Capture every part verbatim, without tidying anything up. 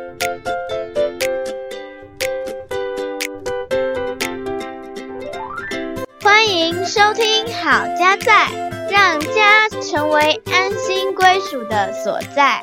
欢迎收听好家在，让家成为安心归属的所在。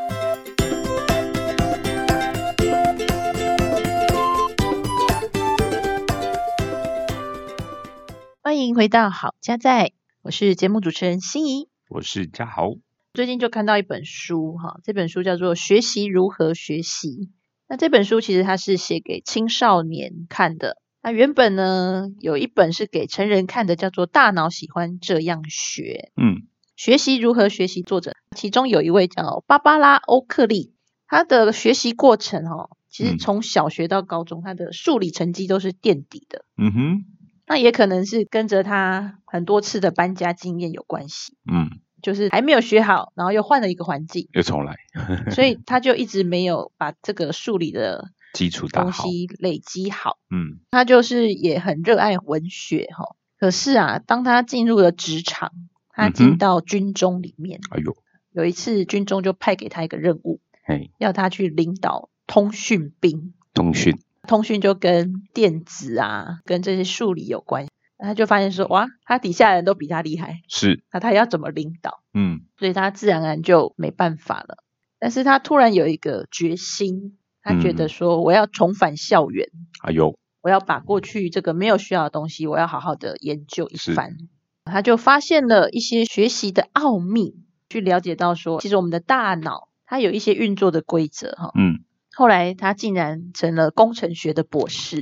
欢迎回到好家在，我是节目主持人心怡， 我是嘉豪。 最近就看到一本书哈，这本书叫做《学习如何学习》。那这本书其实它是写给青少年看的。那原本呢，有一本是给成人看的，叫做《大脑喜欢这样学》。 嗯， 学习如何学习，作者其中有一位叫芭芭拉·欧克利，他的学习过程哦，其实从小学到高中，他的数理成绩都是垫底的。 嗯哼， 那也可能是跟着他很多次的搬家经验有关系。 嗯， 就是还没有学好，然后又换了一个环境， 又重来， 所以他就一直没有把这个数理的基础打好， 东西累积好。 嗯， 他就是也很热爱文学哈，可是啊，当他进入了职场，他进到军中里面， 哎呦， 有一次军中就派给他一个任务， 嘿， 要他去领导通讯兵。 通讯， 通讯就跟电子啊，跟这些数理有关。他就发现说，哇，他底下的人都比他厉害， 是， 那他要怎么领导？ 嗯， 所以他自然而然就没办法了。但是他突然有一个决心，他觉得说，我要重返校园， 哎呦， 我要把过去这个没有需要的东西，我要好好的研究一番。他就发现了一些学习的奥秘，去了解到说，其实我们的大脑它有一些运作的规则哈。 嗯， 后来他竟然成了工程学的博士。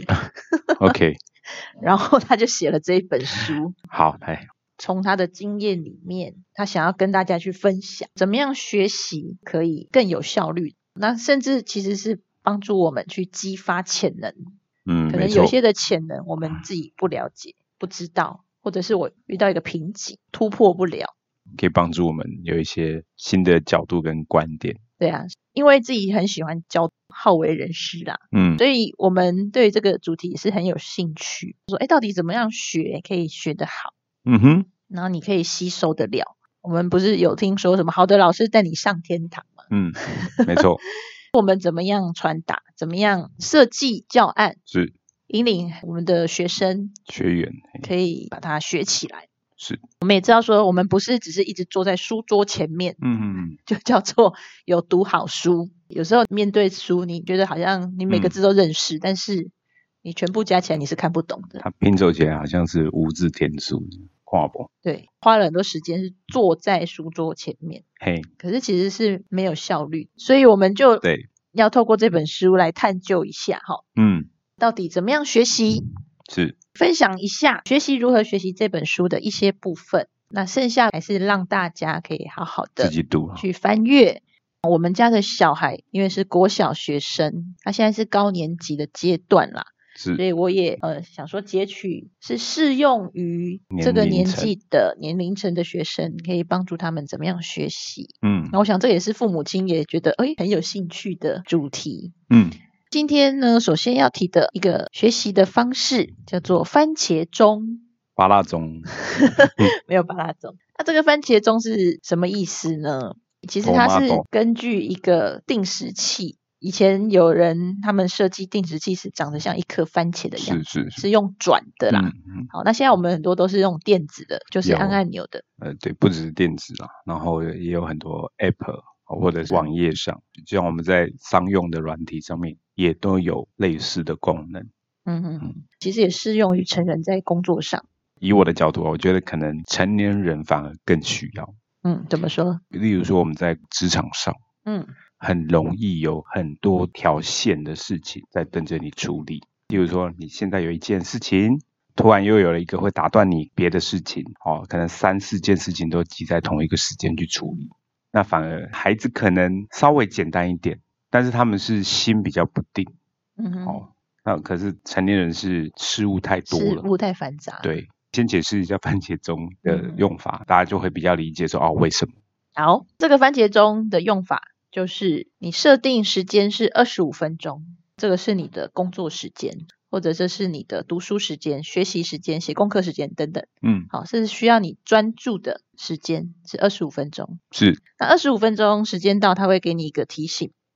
OK。 然后他就写了这一本书。 好，来， 从他的经验里面，他想要跟大家去分享怎么样学习可以更有效率，那甚至其实是帮助我们去激发潜能。 嗯， 可能有些的潜能我们自己不了解、不知道，或者是我遇到一个瓶颈突破不了， 可以帮助我们有一些新的角度跟观点。 对啊，因为自己很喜欢教，好为人师啦， 嗯， 所以我们对这个主题也是很有兴趣，说哎，到底怎么样学可以学得好， 嗯哼， 然后你可以吸收得了。我们不是有听说什么好的老师带你上天堂吗？ 嗯，没错。 我们怎么样传达，怎么样设计教案， 是引领我们的学生学员可以把它学起来。 是， 我们也知道说，我们不是只是一直坐在书桌前面， 嗯嗯， 就叫做有读好书。有时候面对书，你觉得好像你每个字都认识，嗯、但是你全部加起来你是看不懂的。 它拼凑起来好像是无字天书，跨博。 对，花了很多时间是坐在书桌前面， 嘿， 可是其实是没有效率，所以我们就对要透过这本书来探究一下哈， 嗯， 到底怎么样学习。 是分享一下学习如何学习这本书的一些部分，那剩下还是让大家可以好好的自己读去翻阅。我们家的小孩因为是国小学生，他现在是高年级的阶段啦， 是， 所以我也呃想说截取是适用于这个年纪的年龄层的学生，可以帮助他们怎么样学习。 嗯， 那我想这也是父母亲也觉得哎很有兴趣的主题。 嗯。 今天呢，首先要提的一个学习的方式叫做番茄钟。 巴拉钟没有巴拉钟。那这个番茄钟是什么意思呢？其实它是根据一个定时器，以前有人他们设计定时器是长得像一颗番茄的样子， 是是 是, 是用转的啦、 嗯嗯、 好，那现在我们很多都是用电子的，就是按按钮的。 呃，对，不只是电子啦，然后也有很多 App 或者是网页上，就像我们在商用的软体上面也都有类似的功能。 嗯嗯嗯，其实也适用于成人在工作上。 以我的角度，我觉得可能成年人反而更需要。 嗯，怎么说？ 例如说我们在职场上， 嗯， 很容易有很多条线的事情在等着你处理。例如说你现在有一件事情，突然又有了一个会打断你别的事情，哦，可能三四件事情都挤在同一个时间去处理。那反而孩子可能稍微简单一点，但是他们是心比较不定。 嗯哼， 哦，那可是成年人是事物太多了， 事物太繁杂。 对，先解释一下番茄钟的用法、嗯、大家就会比较理解说哦为什么。 好，这个番茄钟的用法就是你设定时间是二十五分钟，这个是你的工作时间，或者这是你的读书时间、学习时间、写功课时间等等。 嗯， 好，是需要你专注的时间是二十五分钟。 是， 那二十五分钟时间到，它会给你一个提醒，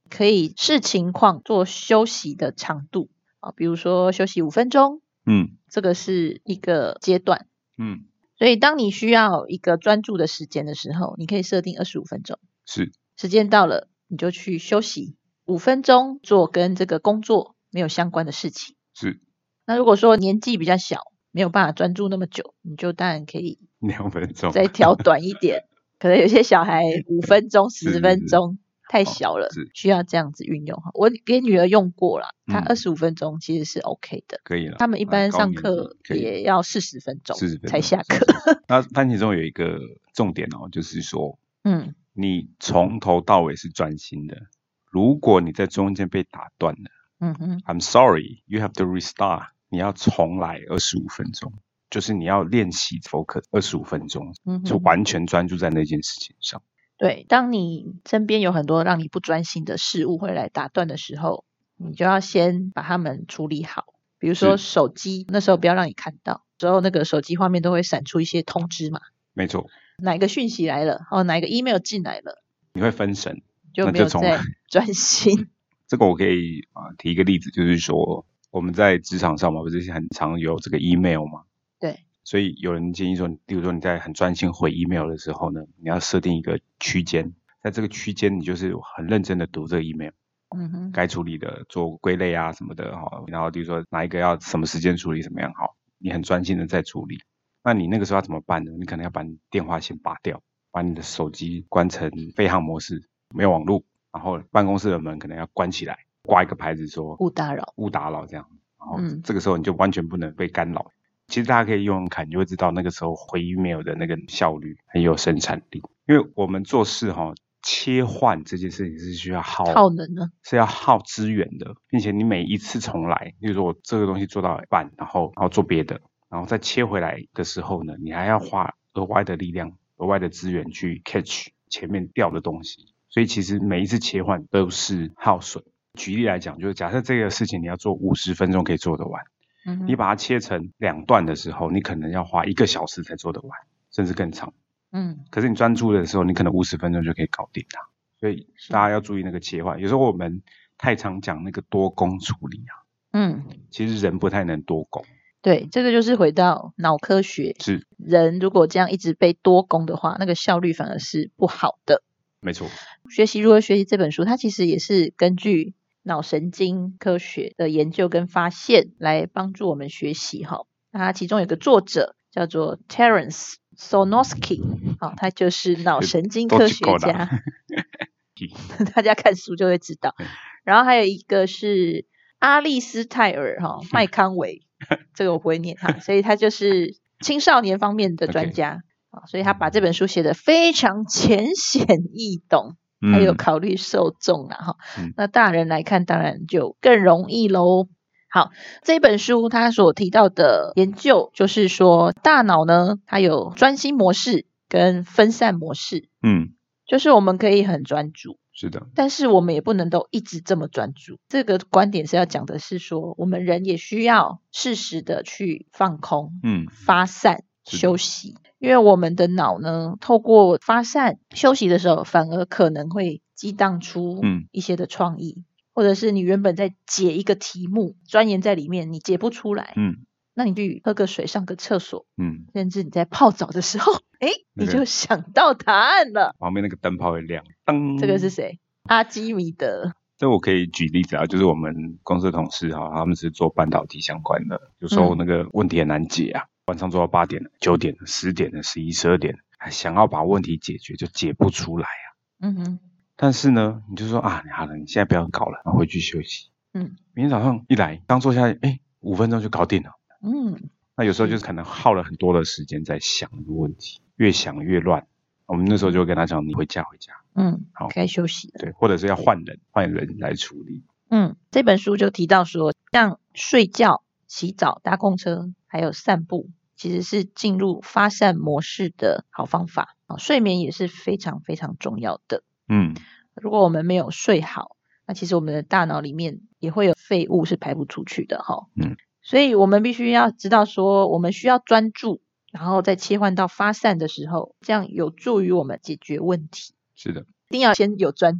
可以视情况做休息的长度啊，比如说休息五分钟， 嗯， 这个是一个阶段。 嗯， 所以当你需要一个专注的时间的时候，你可以设定二十五分钟， 是时间到了你就去休息五分钟，做跟这个工作没有相关的事情。 是。 那如果说年纪比较小，没有办法专注那么久，你就当然可以两分钟再调短一点可能有些小孩五分钟十分钟太小了，需要这样子运用。我给女儿用过了，她二十五分钟其实是 OK 的， 可以了。 他们一般上课也要四十分钟才下课。 那番茄钟有一个重点哦，就是说嗯， 你从头到尾是专心的，如果你在中间被打断了， 嗯哼 I'm sorry, you have to restart， 你要重来二十五分钟，就是你要练习 focus 二十五分钟，嗯，就完全专注在那件事情上。 对，当你身边有很多让你不专心的事物会来打断的时候，你就要先把它们处理好。比如说手机，那时候不要让你看到，之后那个手机画面都会闪出一些通知嘛。 没错， 哪一个讯息来了，哦，哪一个 email 进来了， 你会分神， 就没有在专心。 这个我可以、呃、提一个例子，就是说我们在职场上嘛，不是很常有这个 email 吗？ 对。所以有人建议说，比如说你在很专心回 email 的时候呢，你要设定一个区间，在这个区间你就是很认真的读这个 email， 嗯哼，该处理的做归类啊什么的，然后比如说哪一个要什么时间处理怎么样好，你很专心的在处理。那你那个时候要怎么办呢？你可能要把你电话先拔掉，把你的手机关成飞行模式，没有网络，然后办公室的门可能要关起来，挂一个牌子说勿打扰， 勿打扰这样，然后这个时候你就完全不能被干扰。其实大家可以用用看，你就会知道那个时候回 email 的那个效率很有生产力。因为我们做事哈、哦，切换这件事情是需要耗耗能呢， 是要耗资源的，并且你每一次重来，比如说我这个东西做到一半，然后然后做别的，然后再切回来的时候呢，你还要花额外的力量、额外的资源去 catch 前面掉的东西，所以其实每一次切换都是耗损。举例来讲，就是假设这个事情你要做五十分钟可以做得完。嗯、你把它切成两段的时候，你可能要花一个小时才做得完，甚至更长。嗯，可是你专注的时候，你可能五十分钟就可以搞定它。所以大家要注意那个切换。有时候我们太常讲那个多工处理啊，嗯，其实人不太能多工。 对，这个就是回到脑科学， 是人如果这样一直被多工的话，那个效率反而是不好的。 没错， 学习如何学习这本书，它其实也是根据脑神经科学的研究跟发现来帮助我们学习哈。那其中有个作者叫做 Terence Sonosky， 好，他就是脑神经科学家，大家看书就会知道。然后还有一个是阿利斯泰尔哈麦康维，这个我不会念哈，所以他就是青少年方面的专家， okay. 所以他把这本书写得非常浅显易懂。还有考虑受众啦哈、嗯，那大人来看当然就更容易咯。好，这本书它所提到的研究就是说，大脑呢它有专心模式跟分散模式，嗯，就是我们可以很专注， 是的， 但是我们也不能都一直这么专注。这个观点是要讲的是说，我们人也需要适时的去放空，嗯，发散休息。因为我们的脑呢，透过发散休息的时候，反而可能会激荡出一些的创意、嗯、或者是你原本在解一个题目，钻研在里面，你解不出来，嗯，那你去喝个水，上个厕所，嗯，甚至你在泡澡的时候，诶、那個、你就想到答案了。 旁边那个灯泡会亮，噔， 这个是谁？阿基米德。 这我可以举例子啊，就是我们公司的同事啊，他们是做半导体相关的，有时候那个问题很难解啊。嗯，晚上做到八点了、九点了、十点了、十一、十二点了，还想要把问题解决，就解不出来啊。嗯哼。但是呢，你就说啊，好了，你现在不要搞了，然后回去休息。嗯。明天早上一来，刚坐下来，哎，五分钟就搞定了。嗯。那有时候就是可能耗了很多的时间在想一个问题，越想越乱。我们那时候就跟他讲，你回家回家。嗯。好， 该休息了。 对，或者是要换人，换人来处理。 嗯，这本书就提到说，像睡觉、洗澡、搭公车，还有散步。其实是进入发散模式的好方法，睡眠也是非常非常重要的。嗯，如果我们没有睡好，那其实我们的大脑里面也会有废物是排不出去的哈。嗯，所以我们必须要知道说，我们需要专注，然后再切换到发散的时候，这样有助于我们解决问题。 是的， 一定要先有专注，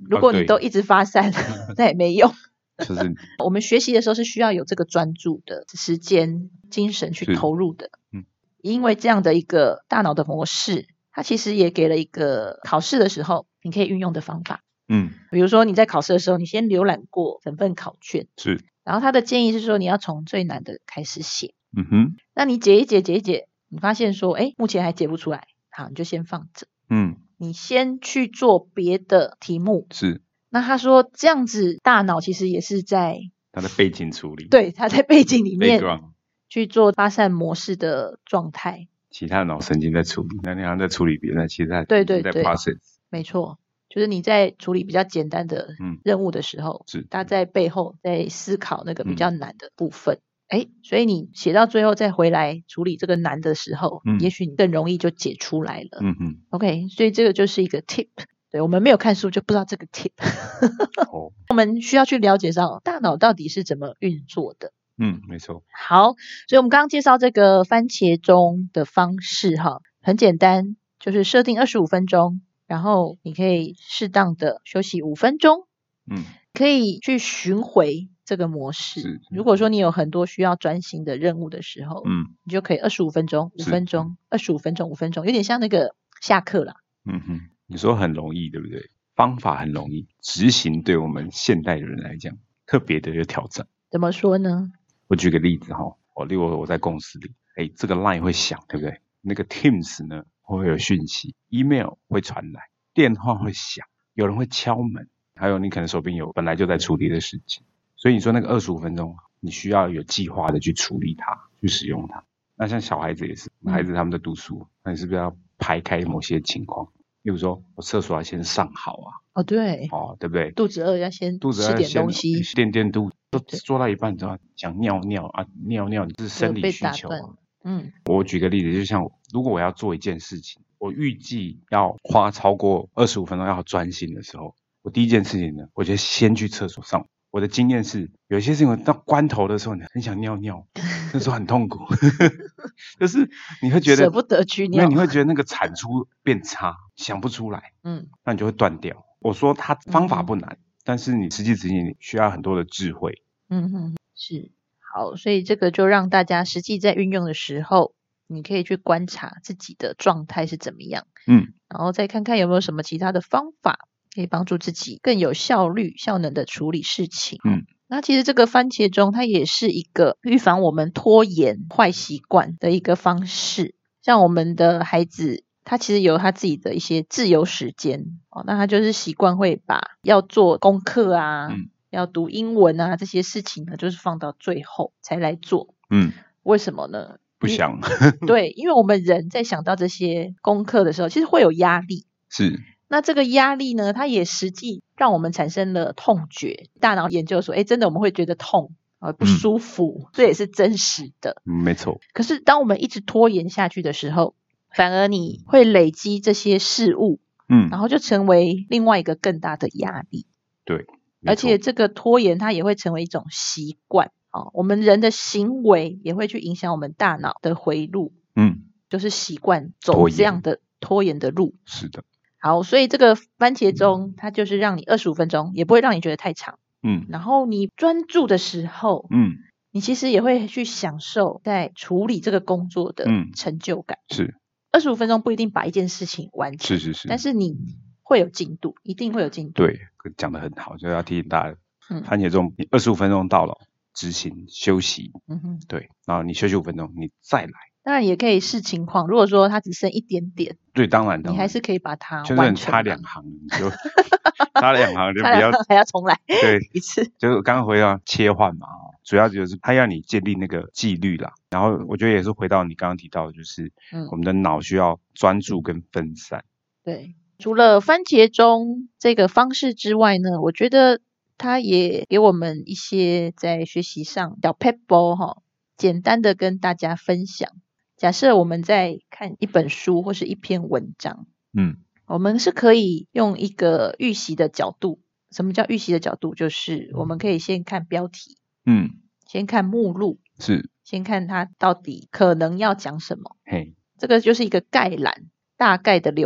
如果你都一直发散，哦、那也没用。 就是我们学习的时候是需要有这个专注的时间、精神去投入的。嗯，因为这样的一个大脑的模式，它其实也给了一个考试的时候你可以运用的方法。 嗯， 比如说你在考试的时候，你先浏览过整份考卷， 是， 然后他的建议是说你要从最难的开始写。 嗯哼， 那你解一解解一解，你发现说，哎，目前还解不出来，好，你就先放着。 嗯， 你先去做别的题目。 是。 那他说这样子大脑其实也是在他的背景处理， 对，他在背景里面 Background 去做发散模式的状态， 其他的脑神经在处理，那你好像在处理别人，其实在对对对在 process， 没错，就是你在处理比较简单的任务的时候， 是他在背后在思考那个比较难的部分。哎、嗯，所以你写到最后再回来处理这个难的时候，嗯、也许你更容易就解出来了。 嗯哼 ，OK， 所以这个就是一个 tip。对，我们没有看书就不知道这个 tip 、哦、我们需要去了解到大脑到底是怎么运作的。 嗯，没错。 好，所以我们刚刚介绍这个番茄钟的方式哈，很简单，就是设定二十五分钟，然后你可以适当的休息五分钟，嗯，可以去巡回这个模式。如果说你有很多需要专心的任务的时候，嗯，你就可以二十五分钟、五分钟、二十五分钟、五分钟，有点像那个下课啦。 嗯哼。你说很容易对不对？方法很容易，执行对我们现代人来讲特别的有挑战。 怎么说呢？ 我举个例子哈，我例如我在公司里，哎，这个 line 会响，对不对？那个 Teams 呢会有讯息 ，email 会传来，电话会响，有人会敲门，还有你可能手边有本来就在处理的事情，所以你说那个二十五分钟，你需要有计划的去处理它，去使用它。那像小孩子也是，孩子他们在读书，嗯、那你是不是要排开某些情况？例如说我厕所要先上好啊， 哦对， 哦对不对？ 肚子饿要先吃点东西， 垫垫肚子，都做到一半之后想尿尿啊，尿尿是生理需求、啊。嗯，我举个例子，就像如果我要做一件事情，我预计要花超过二十五分钟要专心的时候，我第一件事情呢，我就先去厕所上。我的经验是，有些事情到关头的时候，你很想尿尿，那时候很痛苦，就是你会觉得舍不得去尿， 因为你会觉得那个产出变差，想不出来，嗯，那你就会断掉。我说它方法不难，嗯、但是你实际执行你需要很多的智慧。 嗯哼，是好，所以这个就让大家实际在运用的时候，你可以去观察自己的状态是怎么样，嗯，然后再看看有没有什么其他的方法。可以帮助自己更有效率、效能的处理事情。嗯，那其实这个番茄钟它也是一个预防我们拖延坏习惯的一个方式。像我们的孩子，他其实有他自己的一些自由时间哦，那他就是习惯会把要做功课啊、嗯、要读英文啊这些事情呢，就是放到最后才来做。嗯，为什么呢？ 不想。 对，因为我们人在想到这些功课的时候，其实会有压力。 是。 那这个压力呢，它也实际让我们产生了痛觉。大脑研究说，诶，真的我们会觉得痛、呃、不舒服、嗯、这也是真实的、 嗯、没错。 可是当我们一直拖延下去的时候，反而你会累积这些事物，嗯，然后就成为另外一个更大的压力。 对， 而且这个拖延它也会成为一种习惯、哦、我们人的行为也会去影响我们大脑的回路，嗯，就是习惯走这样的拖延的路。 是的。 好，所以这个番茄钟它就是让你二十五分钟，也不会让你觉得太长。嗯，然后你专注的时候，嗯，你其实也会去享受在处理这个工作的成就感。 嗯、是， 二十五分钟不一定把一件事情完成， 是是是， 但是你会有进度，一定会有进度。 对，讲得很好，就要提醒大家，嗯、番茄钟你二十五分钟到了，执行休息，嗯哼，对，然后你休息五分钟，你再来。 当然也可以视情况，如果说它只剩一点点， 对，当然， 你还是可以把它完成。 就是差两行，你就差两行就不要还要重来， 对， 一次。 就是刚刚回到切换嘛，主要就是它要你建立那个纪律啦。然后我觉得也是回到你刚刚提到的，就是我们的脑需要专注跟分散。 对，除了番茄钟这个方式之外呢，我觉得它也给我们一些在学习上小 pebble 哈，简单的跟大家分享。假设我们在看一本书或是一篇文章，嗯，我们是可以用一个预习的角度。什么叫预习的角度？就是我们可以先看标题，嗯，先看目录， 是， 先看它到底可能要讲什么， 嘿， 这个就是一个概览，大概的浏览。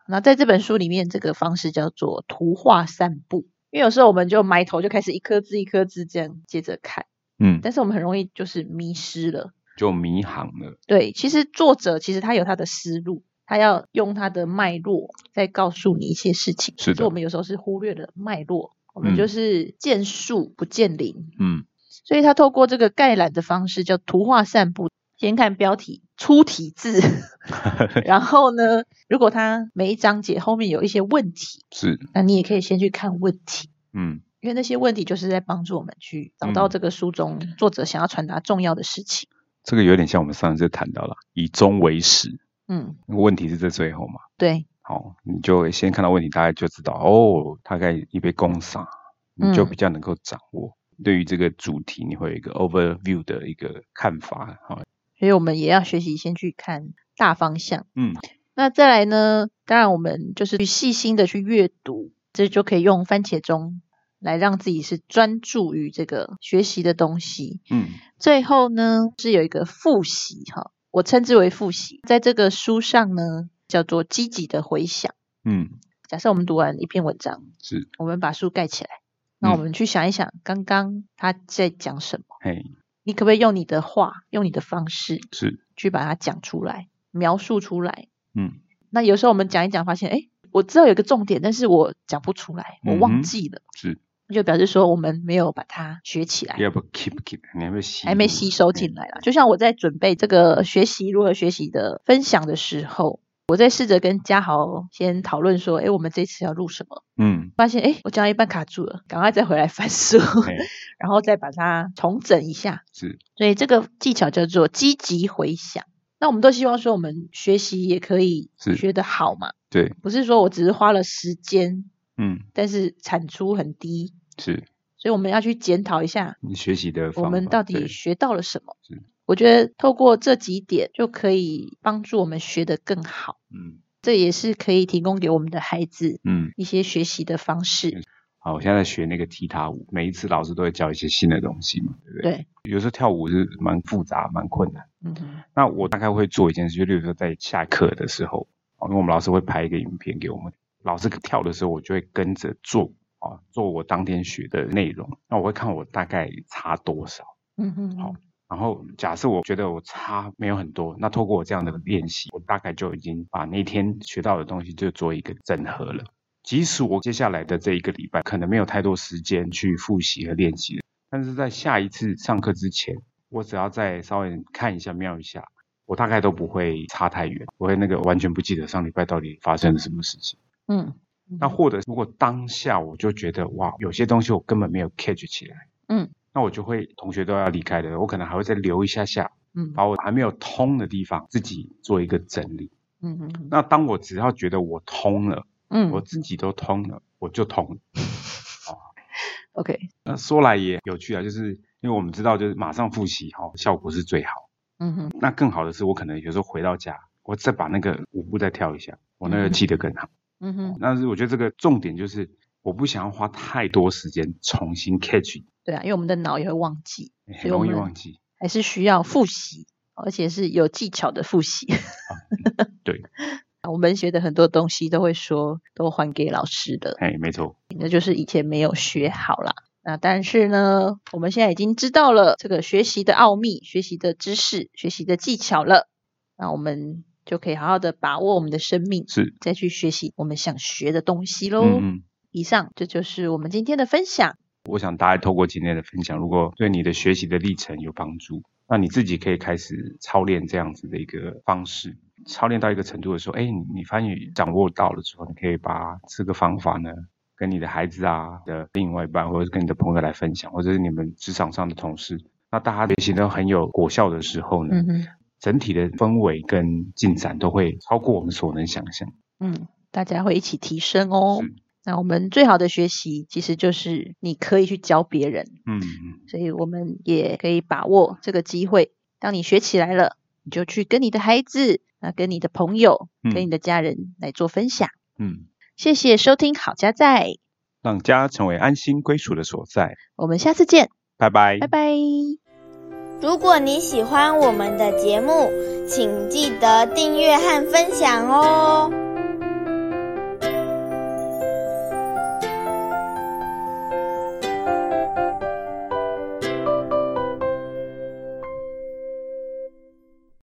那在这本书里面，这个方式叫做图画散步。因为有时候我们就埋头就开始一颗字一颗字这样接着看， 嗯， 但是我们很容易就是迷失了， 就迷航了。 对，其实作者其实他有他的思路，他要用他的脉络再告诉你一些事情。 是的， 所以我们有时候是忽略了脉络，我们就是见树不见林。 嗯， 所以他透过这个概览的方式叫图画散步。先看标题粗体字然后呢，如果他每一章节后面有一些问题， 是， 那你也可以先去看问题。 嗯， 因为那些问题就是在帮助我们去找到这个书中作者想要传达重要的事情。 这个有点像我们上次谈到了以终为始， 嗯， 问题是在最后嘛。 对， 好，你就先看到问题，大概就知道哦，大概一杯公啥，你就比较能够掌握、嗯、对于这个主题你会有一个 overview 的一个看法。好， 所以我们也要学习先去看大方向。 嗯， 那再来呢，当然我们就是去细心的去阅读，这就可以用番茄钟来让自己是专注于这个学习的东西。 嗯， 最后呢是有一个复习哈，我称之为复习，在这个书上呢叫做积极的回想。 嗯， 假设我们读完一篇文章， 是， 我们把书盖起来，那我们去想一想刚刚他在讲什么。 嘿， 你可不可以用你的话，用你的方式是去把它讲出来，描述出来。 嗯， 那有时候我们讲一讲发现诶我知道有个重点，但是我讲不出来，我忘记了、嗯、 是， 就表示说我们没有把它学起来， 要不 keep keep 你还没吸还没吸收进来啦。就像我在准备这个学习如何学习的分享的时候，我在试着跟嘉豪先讨论说诶我们这次要录什么， 嗯， 发现诶我讲到一半卡住了，赶快再回来翻书然后再把它重整一下。 是， 所以这个技巧叫做积极回想。那我们都希望说我们学习也可以学得好嘛， 对， 不是说我只是花了时间， 嗯， 但是产出很低， 是， 所以我们要去检讨一下你学习的方法， 我们到底学到了什么。是，我觉得透过这几点就可以帮助我们学得更好。嗯，这也是可以提供给我们的孩子，嗯，一些学习的方式。 好，我现在在学那个踢踏舞，每一次老师都会教一些新的东西嘛，对不对？ 对， 有时候跳舞是蛮复杂蛮困难， 嗯哼，那我大概会做一件事，就例如说在下课的时候，因为我们老师会拍一个影片给我们，老师跳的时候我就会跟着做，做我当天学的内容，那我会看我大概差多少， 嗯哼， 好，然后假设我觉得我差没有很多，那透过我这样的练习，我大概就已经把那天学到的东西就做一个整合了。即使我接下来的这一个礼拜可能没有太多时间去复习和练习，但是在下一次上课之前，我只要再稍微看一下瞄一下，我大概都不会差太远，我会那个完全不记得上礼拜到底发生了什么事情。嗯，那或者如果当下我就觉得哇，有些东西我根本没有 catch 起来，嗯，那我就会同学都要离开了，我可能还会再留一下下，嗯，把我还没有通的地方自己做一个整理。嗯嗯，那当我只要觉得我通了，嗯，我自己都通了，我就通了。哦、 OK， 那说来也有趣啊，就是因为我们知道，就是马上复习哈、哦，效果是最好。嗯哼，那更好的是，我可能有时候回到家，我再把那个舞步再跳一下，我那个记得更好。嗯哼，但是我觉得这个重点就是，我不想要花太多时间重新 catch。 对啊，因为我们的脑也会忘记， 很容易忘记， 还是需要复习，而且是有技巧的复习。 啊、对。 我们学的很多东西都会说都还给老师的， 哎，没错， 那就是以前没有学好啦。那但是呢，我们现在已经知道了这个学习的奥秘、学习的知识、学习的技巧了，那我们就可以好好的把握我们的生命， 是再去学习我们想学的东西咯。 嗯嗯， 以上这就是我们今天的分享。 我想大家透过今天的分享，如果对你的学习的历程有帮助，那你自己可以开始操练这样子的一个方式。操练到一个程度的时候，哎，你你发现掌握到了之后，你可以把这个方法呢，跟你的孩子啊的另外一半，或者是跟你的朋友来分享，或者是你们职场上的同事，那大家学习都很有果效的时候呢，嗯、整体的氛围跟进展都会超过我们所能想象。 嗯，大家会一起提升哦。那我们最好的学习其实就是你可以去教别人，嗯，所以我们也可以把握这个机会，当你学起来了，你就去跟你的孩子，那跟你的朋友、嗯、跟你的家人来做分享。嗯，谢谢收听好家在， 让家成为安心归属的所在。 我们下次见， 拜拜， 拜拜。 如果你喜欢我们的节目，请记得订阅和分享哦。